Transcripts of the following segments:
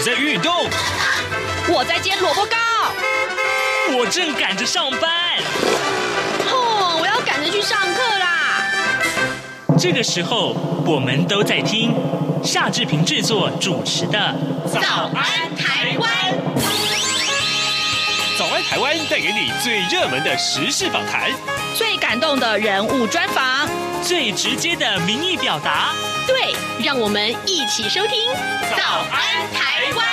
在运动， 我在煎萝卜糕， 我正赶着上班。 我要赶着去上课啦。 这个时候，我们都在听夏志平制作主持的《 早安台湾》。 早安台湾带给你最热门的时事访谈， 最感动的人物专访， 最直接的民意表达。 对，让我们一起收听《早安台湾》。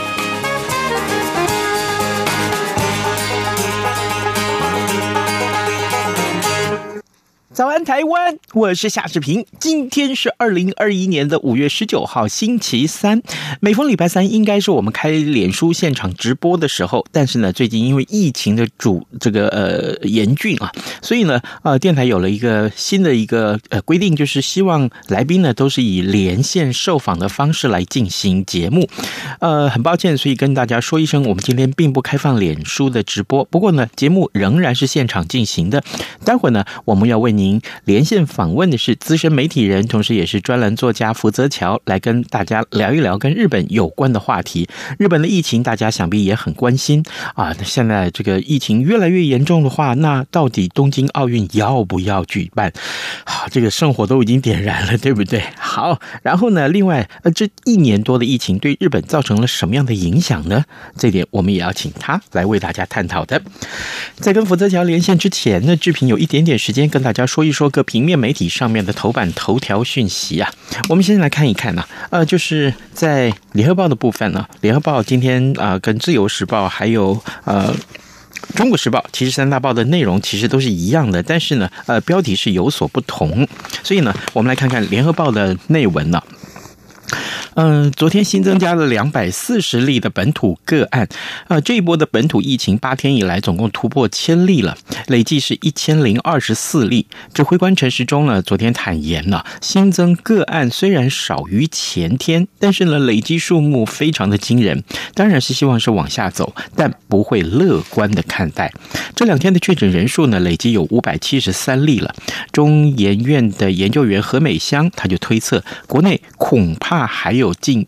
早安台湾，我是夏志平。今天是2021年的5月19号，星期三。每逢礼拜三应该是我们开脸书现场直播的时候，但是呢，最近因为疫情的严峻啊，所以呢，电台有了一个新的规定，就是希望来宾呢都是以连线受访的方式来进行节目。很抱歉，所以跟大家说一声，我们今天并不开放脸书的直播，不过呢，节目仍然是现场进行的。待会呢，我们要为您连线访问的是资深媒体人，同时也是专栏作家福泽桥，来跟大家聊一聊跟日本有关的话题。日本的疫情大家想必也很关心啊，现在这个疫情越来越严重的话，那到底东京奥运要不要举办？好，这个圣火都已经点燃了，对不对？好，然后呢，另外这1年多的疫情对日本造成了什么样的影响呢？这点我们也要请他来为大家探讨的。在跟福泽桥连线之前呢，志平有一点点时间跟大家说一说各平面媒体上面的头版头条讯息啊。我们先来看一看呢，就是在联合报的部分呢，联合报今天跟自由时报还有中国时报，其实3大报的内容其实都是一样的，但是呢，标题是有所不同。所以呢，我们来看看联合报的内文呢。昨天新增加了240例的本土个案，这一波的本土疫情8天以来总共突破1000例了，累计是1024例。指挥官陈时中呢，昨天坦言了，新增个案虽然少于前天，但是呢，累积数目非常的惊人，当然是希望是往下走，但不会乐观的看待。这2天的确诊人数呢，累计有573例了。中研院的研究员何美香他就推测，国内恐怕还有近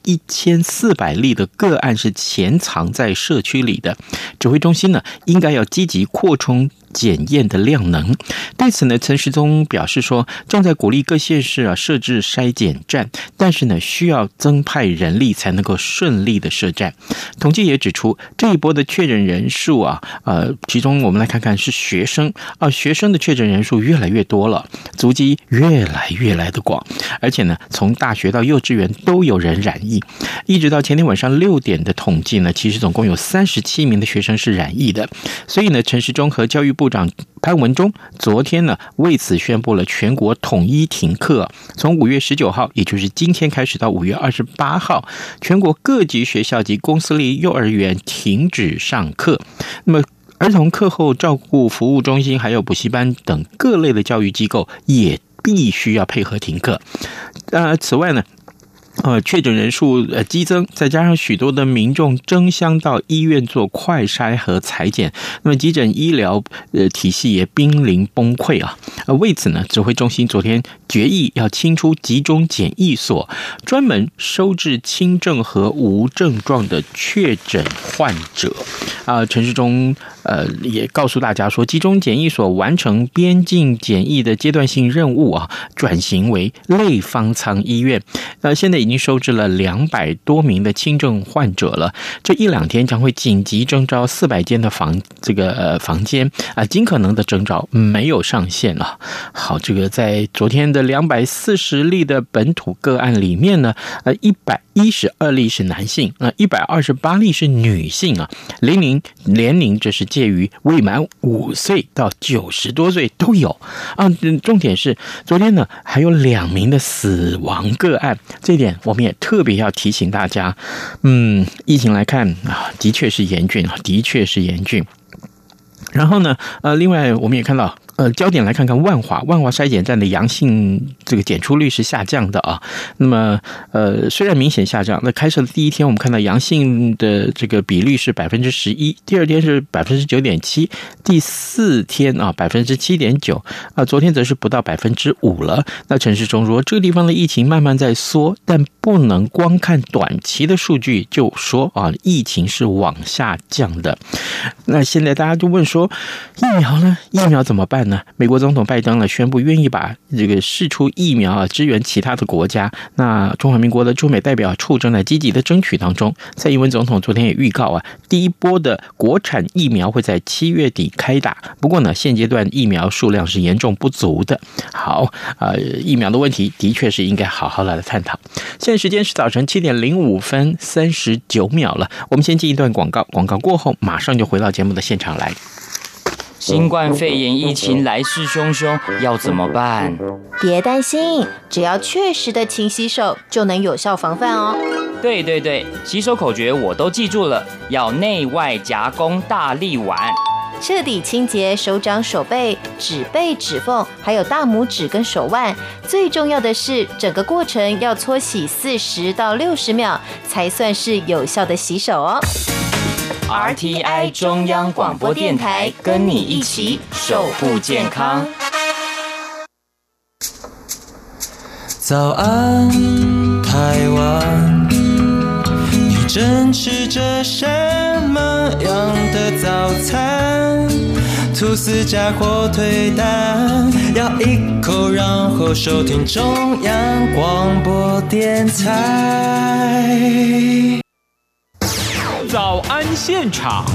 1400例的个案是潜藏在社区里的。指挥中心呢，应该要积极扩充检验的量能。对此呢，陈时中表示说，正在鼓励各县市设置筛检站，但是呢，需要增派人力才能够顺利的设站。统计也指出，这一波的确诊人数其中我们来看看是学生学生的确诊人数越来越多了，足迹越来的广，而且呢，从大学到幼稚园都有人染疫。一直到前天晚上6点的统计呢，其实总共有37名的学生是染疫的。所以呢，陈时中和教育部长潘文忠昨天呢，为此宣布了全国统一停课，从5月19号，也就是今天开始到5月28号，全国各级学校及公私立幼儿园停止上课。那么儿童课后照顾服务中心还有补习班等各类的教育机构也必须要配合停课。此外呢，确诊人数激增，再加上许多的民众争相到医院做快筛和采检，那么急诊医疗体系也濒临崩溃啊！为此呢，指挥中心昨天决议要清出集中检疫所，专门收治轻症和无症状的确诊患者。陈时中也告诉大家说，集中检疫所完成边境检疫的阶段性任务转型为类方舱医院。现在已经收治了200多名的轻症患者了。这1-2天将会紧急征召400间的房间尽可能的征召，没有上限了。好，这个在昨天的240例的本土个案里面呢，112例是男性，128例是女性年龄这是介于未满5岁到90多岁都有重点是昨天呢还有2名的死亡个案，这点我们也特别要提醒大家。疫情来看的确是严峻。然后呢，另外我们也看到焦点来看看万华筛检站的阳性这个检出率是下降的啊。那么虽然明显下降，那开设的第一天我们看到阳性的这个比率是11%，第二天是9.7%，第4天啊7.9%啊，昨天则是不到5%了。那陈时中说，这个地方的疫情慢慢在缩，但不能光看短期的数据就说啊疫情是往下降的。那现在大家就问说，疫苗呢？疫苗怎么办呢？美国总统拜登呢宣布愿意把这个释出疫苗啊支援其他的国家。那中华民国的驻美代表处正在积极的争取当中。蔡英文总统昨天也预告啊，第一波的国产疫苗会在7月底开打。不过呢，现阶段疫苗数量是严重不足的。好，疫苗的问题的确是应该好好来探讨。现在时间是早晨7点05分39秒了。我们先进一段广告，广告过后马上就回到节目的现场来。 新冠肺炎疫情来势汹汹，要怎么办？ 别担心，只要确实的勤洗手，就能有效防范哦。 对，洗手口诀我都记住了，要内外夹攻大力丸， 彻底清洁手掌、手背、指背、指缝，还有大拇指跟手腕。最重要的是，整个过程要搓洗40到60秒，才算是有效的洗手哦。 RTI 中央广播电台，跟你一起守护健康。 早安，台湾，你正吃着什么样的早餐？吐司加火腿蛋，咬一口，然后收听中央广播电台。 早安现场，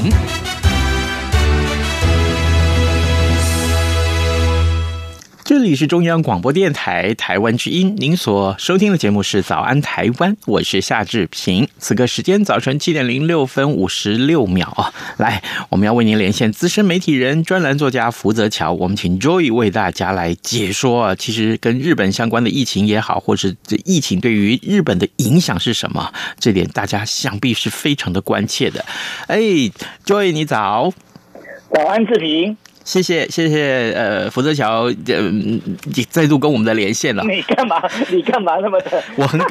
这里是中央广播电台台湾之音，您所收听的节目是早安台湾，我是夏志平。此刻时间早晨7点06分56秒啊，来，我们要为您连线资深媒体人、专栏作家福泽桥，我们请 Joy 为大家来解说啊，其实跟日本相关的疫情也好，或是这疫情对于日本的影响是什么，这点大家想必是非常的关切的。Joy 你早。 早安志平。 谢谢，福泽桥，再度跟我们的连线了。 你干嘛那么的？ 我很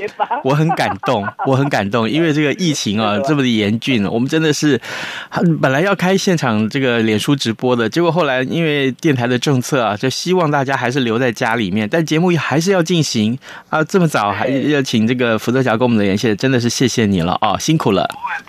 感动，因为这个疫情啊这么的严峻，我们真的是本来要开现场这个脸书直播的，结果后来因为电台的政策啊，就希望大家还是留在家里面，但节目还是要进行啊。这么早还要请这个福泽桥跟我们的连线，真的是谢谢你了哦，辛苦了。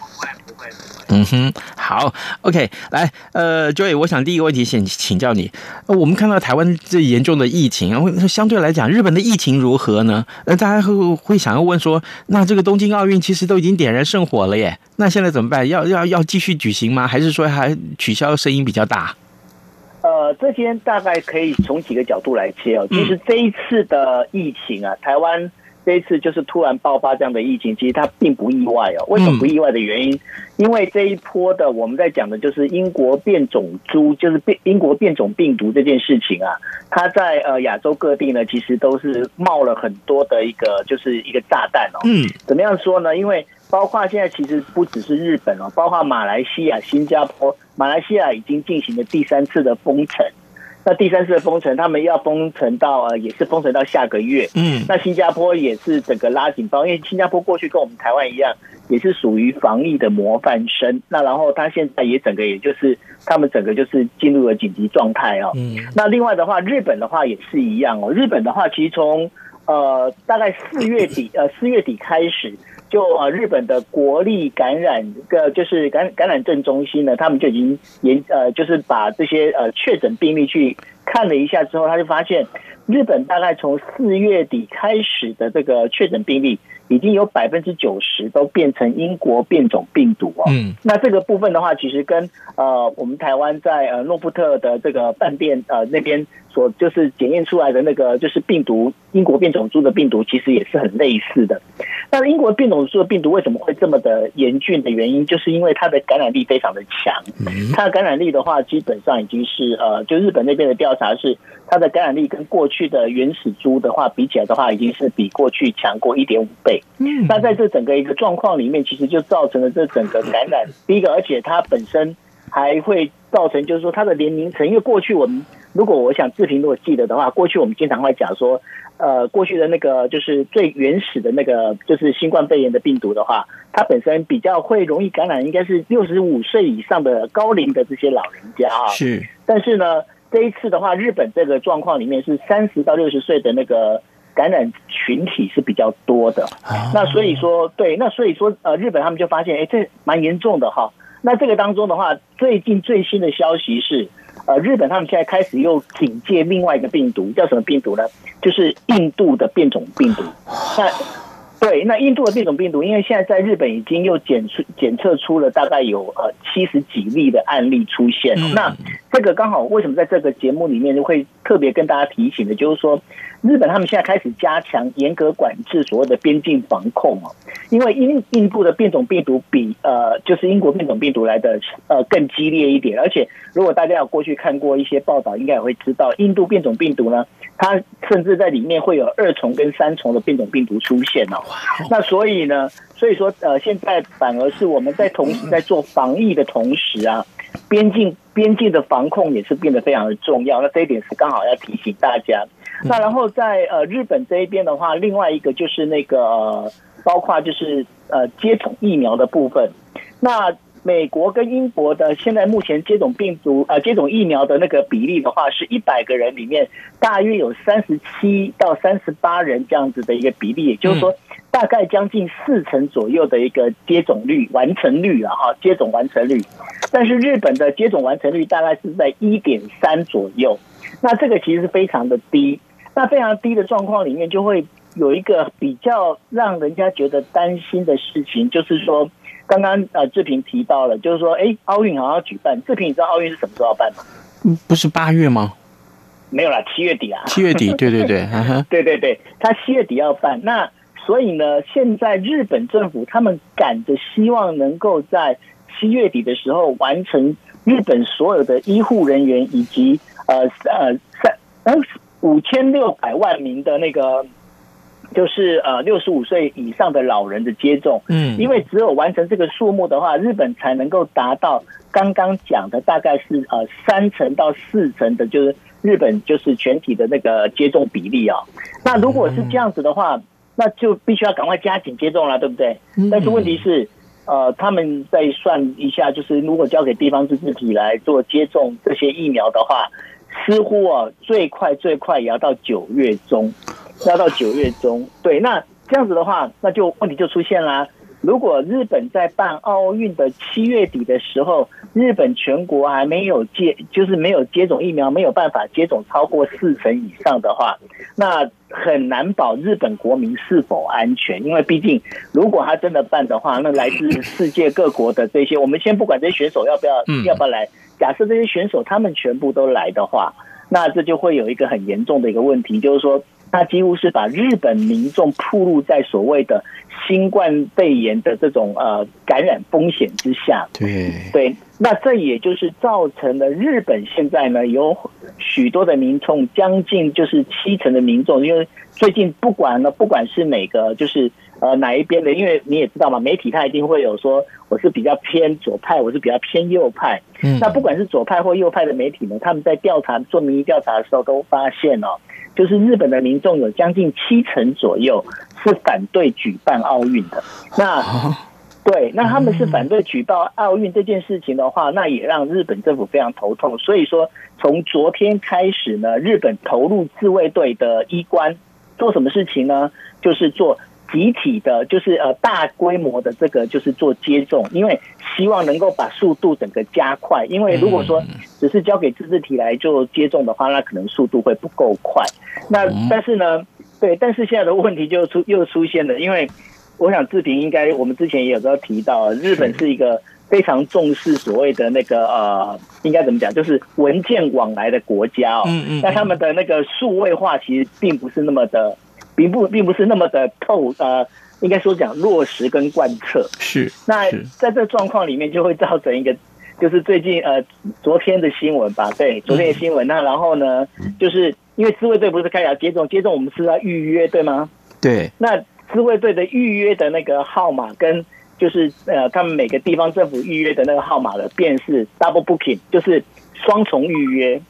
好 ，OK， 来，Joy， 我想第一个问题先请教你，我们看到台湾这严重的疫情，相对来讲，日本的疫情如何呢？大家会想要问说，那这个东京奥运其实都已经点燃圣火了耶，那现在怎么办？要继续举行吗？还是说还取消声音比较大？ 这边大概可以从几个角度来切哦。其实这一次的疫情啊，台湾这一次就是突然爆发这样的疫情，其实它并不意外哦。为什么不意外的原因？因为这一波的我们在讲的就是英国变种株，就是英国变种病毒这件事情啊，它在亚洲各地呢，其实都是冒了很多的一个炸弹哦。怎么样说呢？因为包括现在其实不只是日本哦，包括马来西亚、新加坡，马来西亚已经进行了第3次的封城。那第3次的封城，他们要封城到也是封城到下个月。那新加坡也是整个拉警报，因为新加坡过去跟我们台湾一样，也是属于防疫的模范生。那然后他现在也整个也就是他们整个就是进入了紧急状态哦。那另外的话，日本的话也是一样哦。日本的话，其实从大概4月底开始。就日本的国立感染就是感染症中心呢，他们就已经就是把这些确诊病例去看了一下之后，他就发现日本大概从4月底开始的这个确诊病例已经有90%都变成英国变种病毒哦。那这个部分的话，其实跟我们台湾在诺富特的这个饭店那边所就是检验出来的那个就是病毒，英国变种株的病毒，其实也是很类似的。那英国变种株的病毒为什么会这么的严峻的原因，就是因为它的感染力非常的强。它的感染力的话，基本上已经是就日本那边的调查是，它的感染力跟过去的原始株的话比起来的话，已经是比过去强过1.5倍。那在这整个一个状况里面，其实就造成了这整个感染。第一个，而且它本身还会造成，就是说它的年龄层，因为过去我们如果我想志平如果记得的话，过去我们经常会讲说，过去的那个就是最原始的那个就是新冠肺炎的病毒的话，它本身比较会容易感染，应该是65岁以上的高龄的这些老人家啊。 是， 但是呢，这一次的话，日本这个状况里面是30到60岁的那个感染群体是比较多的。那所以说，对，那所以说，日本他们就发现，这蛮严重的哈。那这个当中的话，最近最新的消息是，日本他们现在开始又警戒另外一个病毒，叫什么病毒呢？就是印度的变种病毒。那印度的变种病毒，因为现在在日本已经又检测出了大概有70几例的案例出现。那这个刚好为什么在这个节目里面会特别跟大家提醒的，就是说日本他们现在开始加强严格管制所谓的边境防控哦，因为印度的变种病毒比就是英国变种病毒来的更激烈一点，而且如果大家有过去看过一些报道，应该也会知道，印度变种病毒呢，它甚至在里面会有2重跟3重的变种病毒出现哦。那所以说现在反而是我们在同时在做防疫的同时啊，边境的防控也是变得非常的重要。那这一点是刚好要提醒大家。那然后在日本这一边的话，另外一个就是那个包括就是接种疫苗的部分。那美国跟英国的现在目前接种疫苗的那个比例的话，是100个人里面大约有37到38人这样子的一个比例，也就是说大概将近40%左右的一个接种率完成率啊哈，接种完成率。但是日本的接种完成率大概是在 1.3 左右，那这个其实是非常的低。那非常低的状况里面，就会有一个比较让人家觉得担心的事情，就是说刚刚志平提到了，就是说奥运好像要举办，志平你知道奥运是什么时候要办吗？ 不是8月吗？ 没有啦，7月底啊。 7月底，对对对， 对，他7月底要办。那所以呢，现在日本政府他们赶着希望能够在7月底的时候完成日本所有的医护人员以及5600万名的那个就是65岁以上的老人的接种。因为只有完成这个数目的话，日本才能够达到刚刚讲的大概是3%到4%的，就是日本就是全体的那个接种比例啊。那如果是这样子的话，那就必须要赶快加紧接种了，对不对？但是问题是他们再算一下，就是如果交给地方自治体来做接种这些疫苗的话，似乎最快也要到9月中，对，那这样子的话，那就问题就出现啦。如果日本在办奥运的7月底的时候，日本全国还没有接种疫苗，没有办法接种超过40%以上的话，那很难保日本国民是否安全。因为毕竟如果他真的办的话，那来自世界各国的这些，我们先不管这些选手要不要来，假设这些选手他们全部都来的话，那这就会有一个很严重的一个问题，就是说他几乎是把日本民众暴露在所谓的新冠肺炎的这种感染风险之下。对，那这也就是造成了日本现在呢有许多的民众，将近就是70%的民众，因为最近不管是哪个就是哪一边的，因为你也知道嘛，媒体他一定会有说我是比较偏左派，我是比较偏右派。那不管是左派或右派的媒体呢，他们在做民意调查的时候都发现就是日本的民众有将近70%左右是反对举办奥运的。那他们是反对举办奥运这件事情的话，那也让日本政府非常头痛。所以说从昨天开始呢，日本投入自卫队的医官做什么事情呢？就是做集体的，就是大规模的这个就是做接种，因为希望能够把速度整个加快。因为如果说只是交给自治体来做接种的话，那可能速度会不够快。那但是现在的问题又出现了，因为我想志平应该我们之前也有提到，日本是一个非常重视所谓的那个应该怎么讲，就是文件往来的国家那他们的那个数位化其实并不是那么的应该说讲落实跟贯彻。那在这状况里面就会造成一个，就是最近昨天的新闻吧，对，昨天的新闻。那然后呢，就是因为自卫队不是开始接种我们是要预约对吗？对。那自卫队的预约的那个号码跟就是他们每个地方政府预约的那个号码的辨识 double booking， 就是双重预约。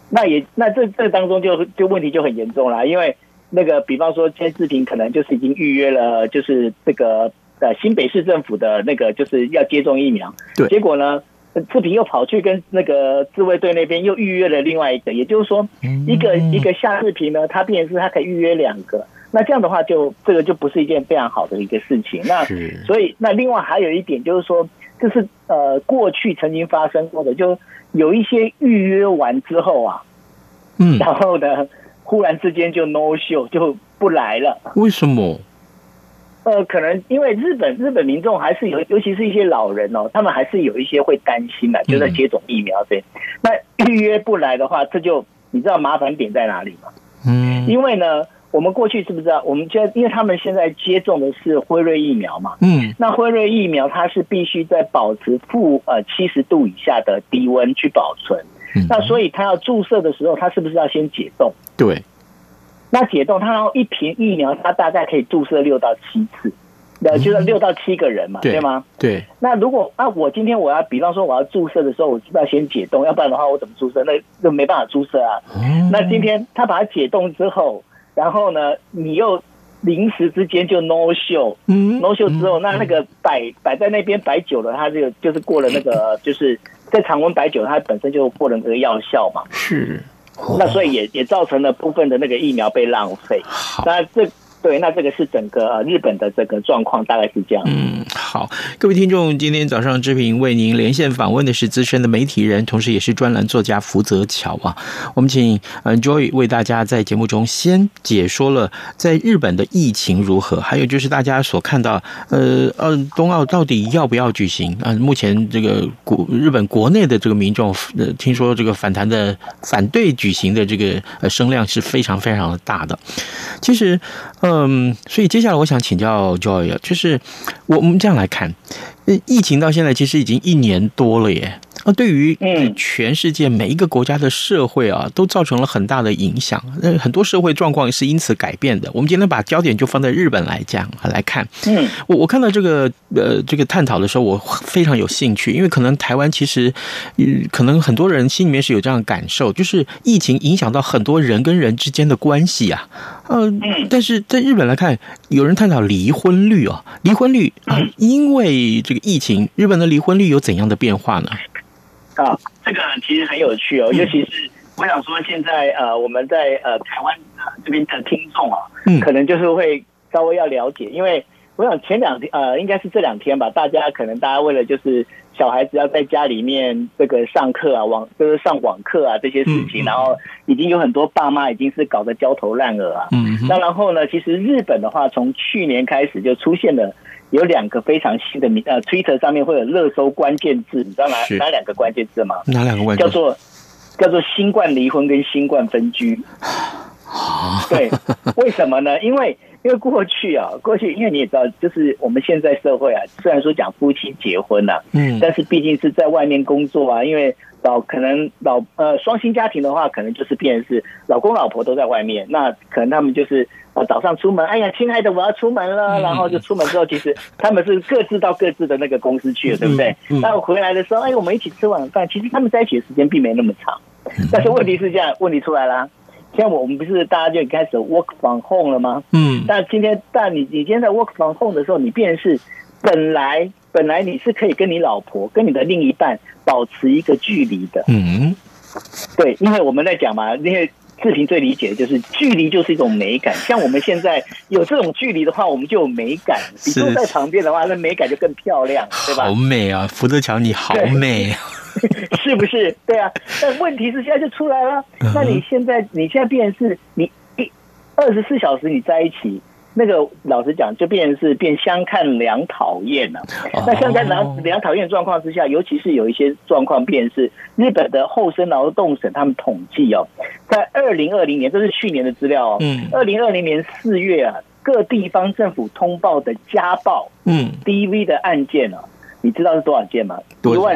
那这当中就问题就很严重了，因为那个比方说今天志平可能就是已经预约了，就是这个新北市政府的那个就是要接种疫苗， 对， 结果呢志平又跑去跟那个自卫队那边又预约了另外一个，也就是说一个夏志平呢，他变成是他可以预约2个，那这样的话这个就不是一件非常好的一个事情。那所以那另外还有一点就是说，就是过去曾经发生过的，就有一些预约完之后啊，然后呢忽然之间就 no show 就不来了。 为什么？ 可能因为日本民众还是尤其是一些老人哦，他们还是有一些会担心的，就在接种疫苗对。那预约不来的话，这就你知道麻烦点在哪里吗？因为呢，我们过去知不知道？我们因为他们现在接种的是辉瑞疫苗嘛，那辉瑞疫苗它是必须在保持负70度以下的低温去保存，那所以它要注射的时候，它是不是要先解冻？ 对。 那解冻，它然后一瓶疫苗，它大概可以注射6到7次，就是6到7个人嘛，对吗？对。那如果我今天比方说我要注射的时候，我是不是要先解冻？要不然的话，我怎么注射？那就没办法注射啊。那今天他把它解冻之后，然后呢，你又临时之间就 no show，no show 之后，那个摆在那边摆久了，它就是过了那个，就是在常温摆久了，它本身就过了那个药效嘛。是。那所以也造成了部分的那个疫苗被浪费。那这个是整个日本的这个状况大概是这样。 好，各位听众，今天早上志平为您连线访问的是资深的媒体人，同时也是专栏作家福泽乔啊。我们请Joy 为大家在节目中先解说了在日本的疫情如何，还有就是大家所看到冬奥到底要不要举行啊？目前这个日本国内的这个民众听说这个反对举行的这个声量是非常非常的大的。其实所以接下来我想请教 Joy， 就是我们这样来看，疫情到现在其实已经1年多了耶。对于全世界每一个国家的社会啊，都造成了很大的影响。很多社会状况是因此改变的。我们今天把焦点就放在日本来看。我看到这个探讨的时候，我非常有兴趣，因为可能台湾其实可能很多人心里面是有这样的感受，就是疫情影响到很多人跟人之间的关系啊。但是在日本来看，有人探讨离婚率啊，因为这个疫情，日本的离婚率有怎样的变化呢？ 这个其实很有趣哦，尤其是我想说，现在我们在台湾这边的听众啊，可能就是会稍微要了解，因为我想前2天应该是这2天吧，大家为了就是小孩子要在家里面这个上课啊，就是上网课啊这些事情，然后已经有很多爸妈已经是搞得焦头烂额啊。那然后呢，其实日本的话，从去年开始就出现了。有2个非常新的Twitter 上面会有热搜关键字，你知道哪2个关键字吗？哪2个关键字？叫做新冠离婚跟新冠分居。对，为什么呢？因为过去因为你也知道，就是我们现在社会啊，虽然说讲夫妻结婚啊，但是毕竟是在外面工作啊，因为双薪家庭的话，可能就是变成是老公老婆都在外面，那可能他们就是早上出门，哎呀，亲爱的，我要出门了，然后就出门之后，其实他们是各自到各自的那个公司去了，对不对？那我回来的时候，我们一起吃晚饭，其实他们在一起的时间并没那么长，但是问题是这样，问题出来啦。现在我们不是大家就开始 work from home 了吗？但你今天在 work from home 的时候，你变成是本来你是可以跟你老婆跟你的另一半保持一个距离的。对，因为我们在讲嘛，因为志平最理解的就是距离就是一种美感，像我们现在有这种距离的话，我们就有美感，比坐在旁边的话，那美感就更漂亮，对吧？好美啊，福泽乔，你好美啊！ 是不是？对啊，但问题是现在就出来了。那你现在变成是你24小时你在一起，那个老实讲就变相看两讨厌了。那相看两讨厌的状况之下，尤其是有一些状况变成是日本的厚生劳动省他们统计在2020年，这是去年的资料2020年4月啊，各地方政府通报的家暴DV 的案件你知道是多少件吗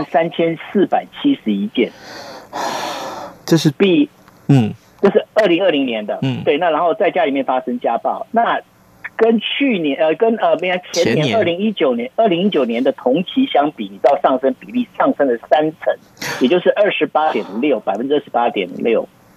？13471件， 这是这是2020年的，对。那然后在家里面发生家暴，那跟去年前年2019年的同期相比，你知道上升比例上升了3成，也就是28.6%，28.6%。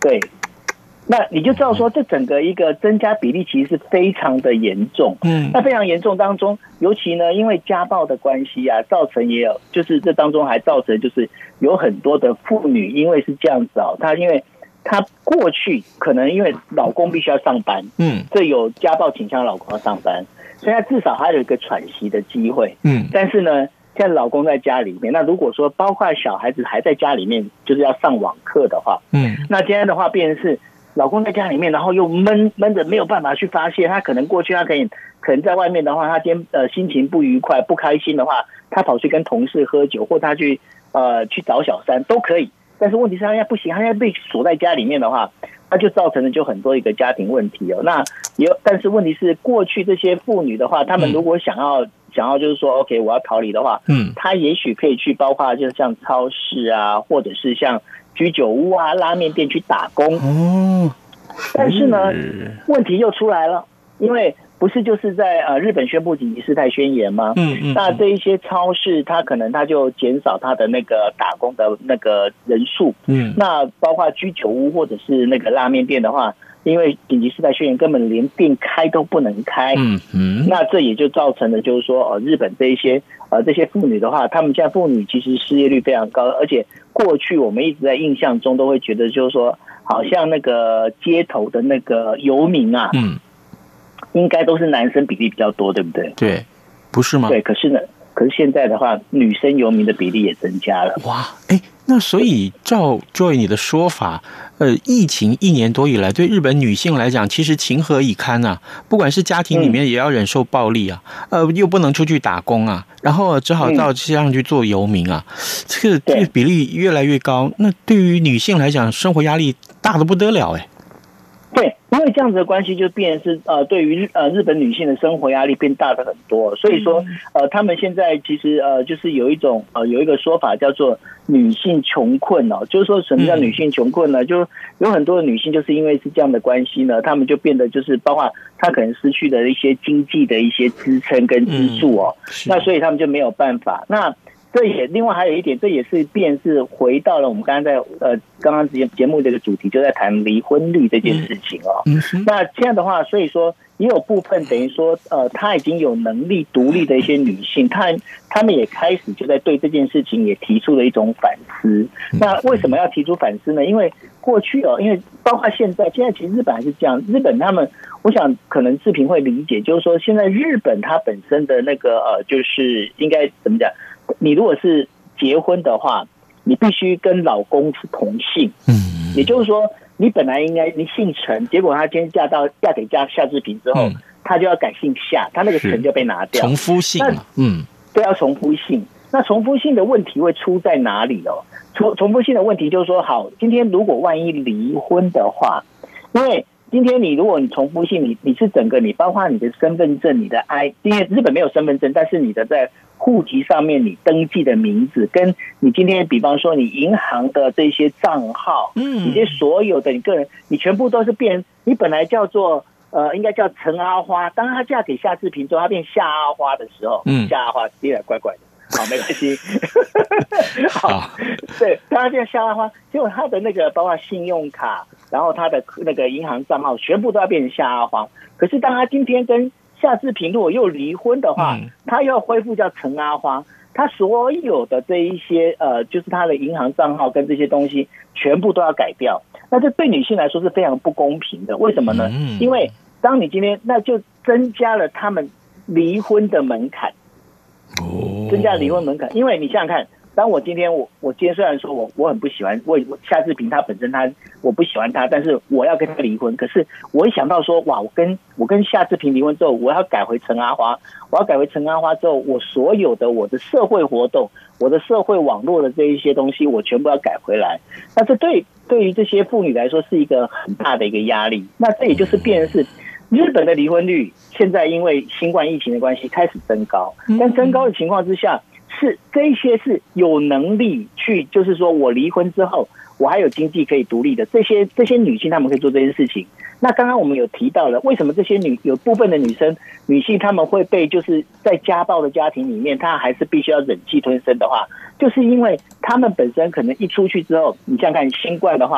对。那你就知道说，这整个一个增加比例其实是非常的严重。那非常严重当中，尤其呢，因为家暴的关系啊，造成也有，就是这当中还造成就是有很多的妇女，因为是这样子她因为她过去可能因为老公必须要上班，所以有家暴倾向的老公要上班，所以她至少还有一个喘息的机会。但是呢，现在老公在家里面，那如果说包括小孩子还在家里面，就是要上网课的话，那今天的话变成是。老公在家里面，然后又闷着没有办法去发泄。他可能过去他可能在外面的话，他今天心情不愉快、不开心的话，他跑去跟同事喝酒，或他去找小三都可以。但是问题是他现在不行，他现在被锁在家里面的话，他就造成了就很多一个家庭问题哦。那也有，但是问题是过去这些妇女的话，他们如果想要就是说 OK 我要逃离的话，他也许可以去包括就像超市啊，或者是像居酒屋啊、拉面店去打工。但是呢，问题又出来了，因为不是就是在日本宣布紧急事态宣言吗？那这一些超市它可能它就减少它的那个打工的那个人数。那包括居酒屋或者是那个拉面店的话，因为紧急事态宣言根本连店开都不能开。那这也就造成了就是说日本这些妇女的话，她们现在妇女其实失业率非常高，而且过去我们一直在印象中都会觉得就是说好像那个街头的那个游民啊，应该都是男生比例比较多，对不对？ 对，不是吗？ 对，可是现在的话，女生游民的比例也增加了。 哇，那所以照 Joy 你的说法，疫情1年多以来，对日本女性来讲，其实情何以堪啊！不管是家庭里面也要忍受暴力啊，又不能出去打工啊，然后只好到街上去做游民啊，这个比例越来越高。那对于女性来讲，生活压力大得不得了对，因为这样子的关系，就变成是对于日本女性的生活压力变大的很多，所以说他们现在其实就是有一个说法叫做女性穷困哦，就是说什么叫女性穷困呢？就有很多的女性就是因为是这样的关系呢，她们就变得就是包括她可能失去了一些经济的一些支撑跟支柱哦，那所以她们就没有办法。那这也另外还有一点，这也是便是回到了我们刚刚节目这个主题，就在谈离婚率这件事情哦。那这样的话，所以说也有部分等于说她已经有能力独立的一些女性，她们也开始就在对这件事情也提出了一种反思。那为什么要提出反思呢？因为过去因为包括现在其实日本还是这样，日本他们我想可能志平会理解，就是说现在日本它本身的那个就是应该怎么讲？你如果是结婚的话，你必须跟老公是同姓，也就是说，你本来应该你姓陈，结果他今天嫁给夏志平之后，他就要改姓夏，他那个陈就被拿掉， 重夫姓对，要重夫姓。那重夫姓的问题会出在哪里哦？重夫姓的问题就是说，好，今天如果万一离婚的话，因为今天如果你重夫姓，你是整个你包括你的身份证，你的因为日本没有身份证，但是你的在户籍上面你登记的名字，跟你今天比方说你银行的这些账号，你这所有的你个人，你全部都是你本来叫做应该叫陈阿花，当她嫁给夏志平之后，她变夏阿花的时候，夏阿花听起来怪怪的。好，没关系。好，对，他现在夏阿花，结果他的那个包括信用卡，然后他的那个银行账号，全部都要变成夏阿花。可是当他今天跟夏志平如果又离婚的话，他又要恢复叫陈阿花，他所有的这一些就是他的银行账号跟这些东西全部都要改掉。那这对女性来说是非常不公平的。为什么呢？因为当你今天那就增加了他们离婚的门槛。增加离婚门槛，因为你想想看，当我今天虽然说我很不喜欢夏志平他本身我不喜欢他，但是我要跟他离婚，可是我一想到说哇，我跟夏志平离婚之后，我要改回陈阿花，之后，我所有的我的社会活动，我的社会网络的这一些东西，我全部要改回来。那这对于这些妇女来说是一个很大的一个压力。那这也就是变成是日本的离婚率现在因为新冠疫情的关系开始增高，但增高的情况之下，是这些是有能力去，就是说我离婚之后，我还有经济可以独立的这些女性，她们可以做这件事情。那刚刚我们有提到了，为什么这些有部分的女性她们会被就是在家暴的家庭里面，她还是必须要忍气吞声的话，就是因为她们本身可能一出去之后，你想想看新冠的话。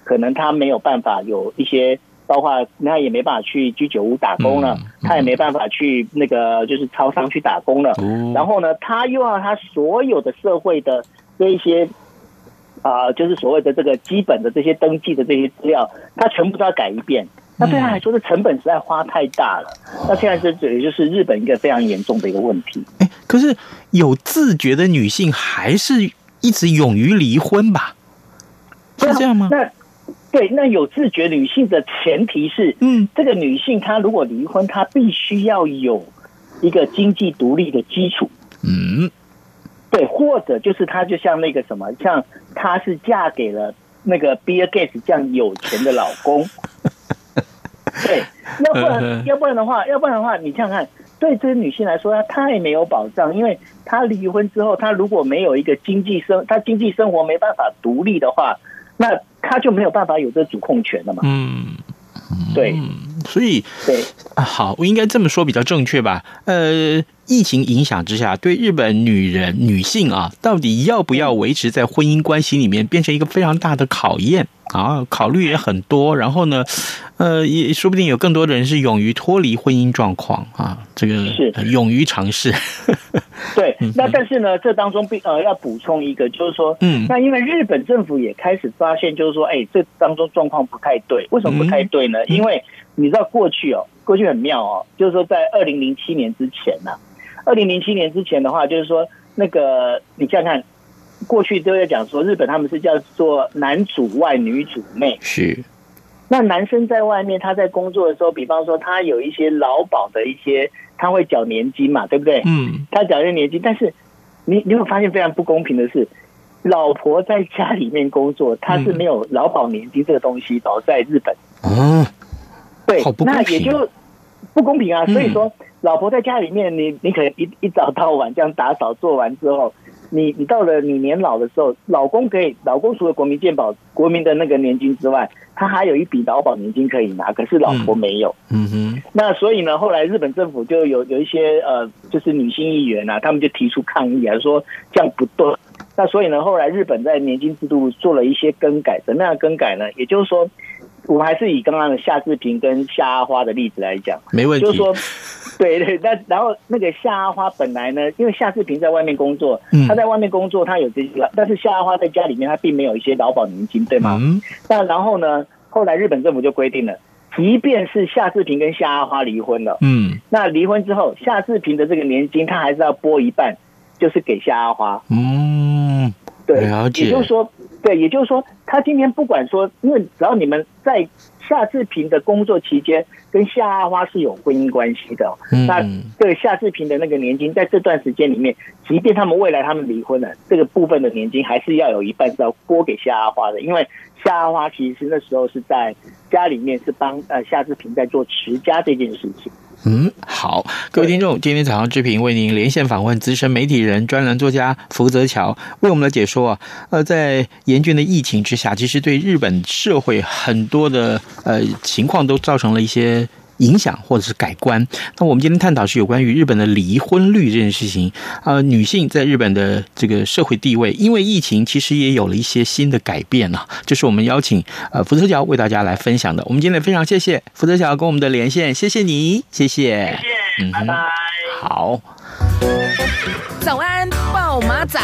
可能他没有办法有一些，包括他也没办法去居酒屋打工了，他也没办法去那个就是超商去打工了，然后呢，他又要他所有的社会的这一些就是所谓的这个基本的这些登记的这些资料，他全部都要改一遍。那对他来说，这成本实在花太大了。那现在这也就是日本一个非常严重的一个问题。 可是有自觉的女性还是一直勇于离婚吧？是这样吗？ 那有自觉女性的前提是，这个女性她如果离婚，她必须要有一个经济独立的基础。对，或者就是她就像那个什么，像她是嫁给了那个 Bill Gates 这样有钱的老公。对，要不然的话，你想想看，对这些女性来说，她太没有保障，因为她离婚之后，她如果没有一个她经济生活没办法独立的话，那她就没有办法有这主控权了嘛。对， 所以对好，我应该这么说比较正确吧？疫情影响之下，对日本女性啊，到底要不要维持在婚姻关系里面，变成一个非常大的考验啊，考虑也很多。然后呢，也说不定有更多的人是勇于脱离婚姻状况啊，这个是勇于尝试。 对，那但是呢，这当中要补充一个，就是说，那因为日本政府也开始发现，就是说，这当中状况不太对。为什么不太对呢？因为你知道过去很妙就是说在2007年之前呢，2007年之前的话，就是说那个你想想看，过去都在讲说日本他们是叫做男主外女主内， 是。 那男生在外面他在工作的时候，比方说他有一些劳保的一些，他会缴年金嘛，对不对？他缴一些年金，但是你会发现非常不公平的是，老婆在家里面工作，她是没有劳保年金这个东西的，在日本。对，那也就不公平啊。所以说，老婆在家里面，你可能一早到晚这样打扫做完之后，你到了你年老的时候，老公除了国民健保、国民的那个年金之外，他还有一笔劳保年金可以拿，可是老婆没有。那所以呢，后来日本政府就有一些就是女性议员他们就提出抗议说这样不对。那所以呢，后来日本在年金制度做了一些更改，怎么样的更改呢？也就是说，我们还是以刚刚的夏志平跟夏阿花的例子来讲， 没问题。 就是说，对，那然后那个夏阿花本来呢，因为夏志平在外面工作，他在外面工作，他有这些，但是夏阿花在家里面，他并没有一些劳保年金，对吗？那然后呢，后来日本政府就规定了，即便是夏志平跟夏阿花离婚了，那离婚之后，夏志平的这个年金他还是要拨一半，就是给夏阿花。对，也就是说，他今天不管说，因为只要你们在夏志平的工作期间跟夏阿花是有婚姻关系的，那这个夏志平的那个年金在这段时间里面，即便他们未来他们离婚了，这个部分的年金还是要有一半是要拨给夏阿花的，因为夏阿花其实是那时候是在家里面是帮夏志平在做持家这件事情。 好，各位听众，今天早上志平为您连线访问资深媒体人、专栏作家福泽桥，为我们来解说在严峻的疫情之下，其实对日本社会很多的情况都造成了一些影响或者是改观。那我们今天探讨是有关于日本的离婚率这件事情女性在日本的这个社会地位，因为疫情其实也有了一些新的改变这是我们邀请福泽桥为大家来分享的。我们今天非常谢谢福泽桥跟我们的连线，谢谢你，谢谢， 拜拜。 好， 早安暴马仔。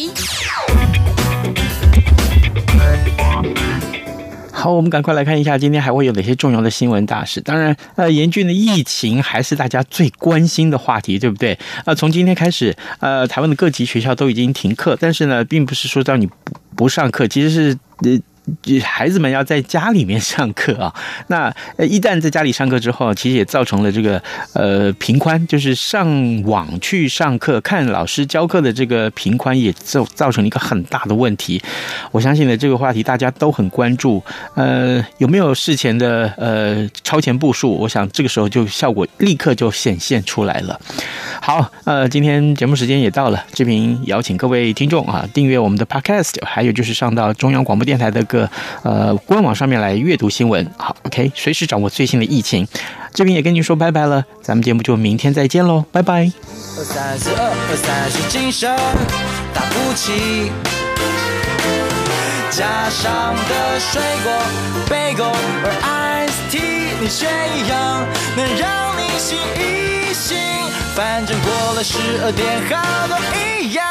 好，我们赶快来看一下今天还会有哪些重要的新闻大事。当然严峻的疫情还是大家最关心的话题，对不对？从今天开始台湾的各级学校都已经停课，但是呢并不是说让你不上课，其实是孩子们要在家里面上课那一旦在家里上课之后，其实也造成了这个频宽，就是上网去上课看老师教课的这个频宽也造成了一个很大的问题。我相信呢这个话题大家都很关注，有没有事前的超前部署？我想这个时候就效果立刻就显现出来了。好，今天节目时间也到了，志平邀请各位听众订阅我们的 Podcast， 还有就是上到中央广播电台的官网上面来阅读新闻。好 ，OK， 随时掌握最新的疫情。这边也跟您说拜拜了，咱们节目就明天再见喽，拜拜。232精神打不起， 加上的水果，bagel 或 iced tea， 你选一样能让你醒一醒。反正过了12点，好都一样。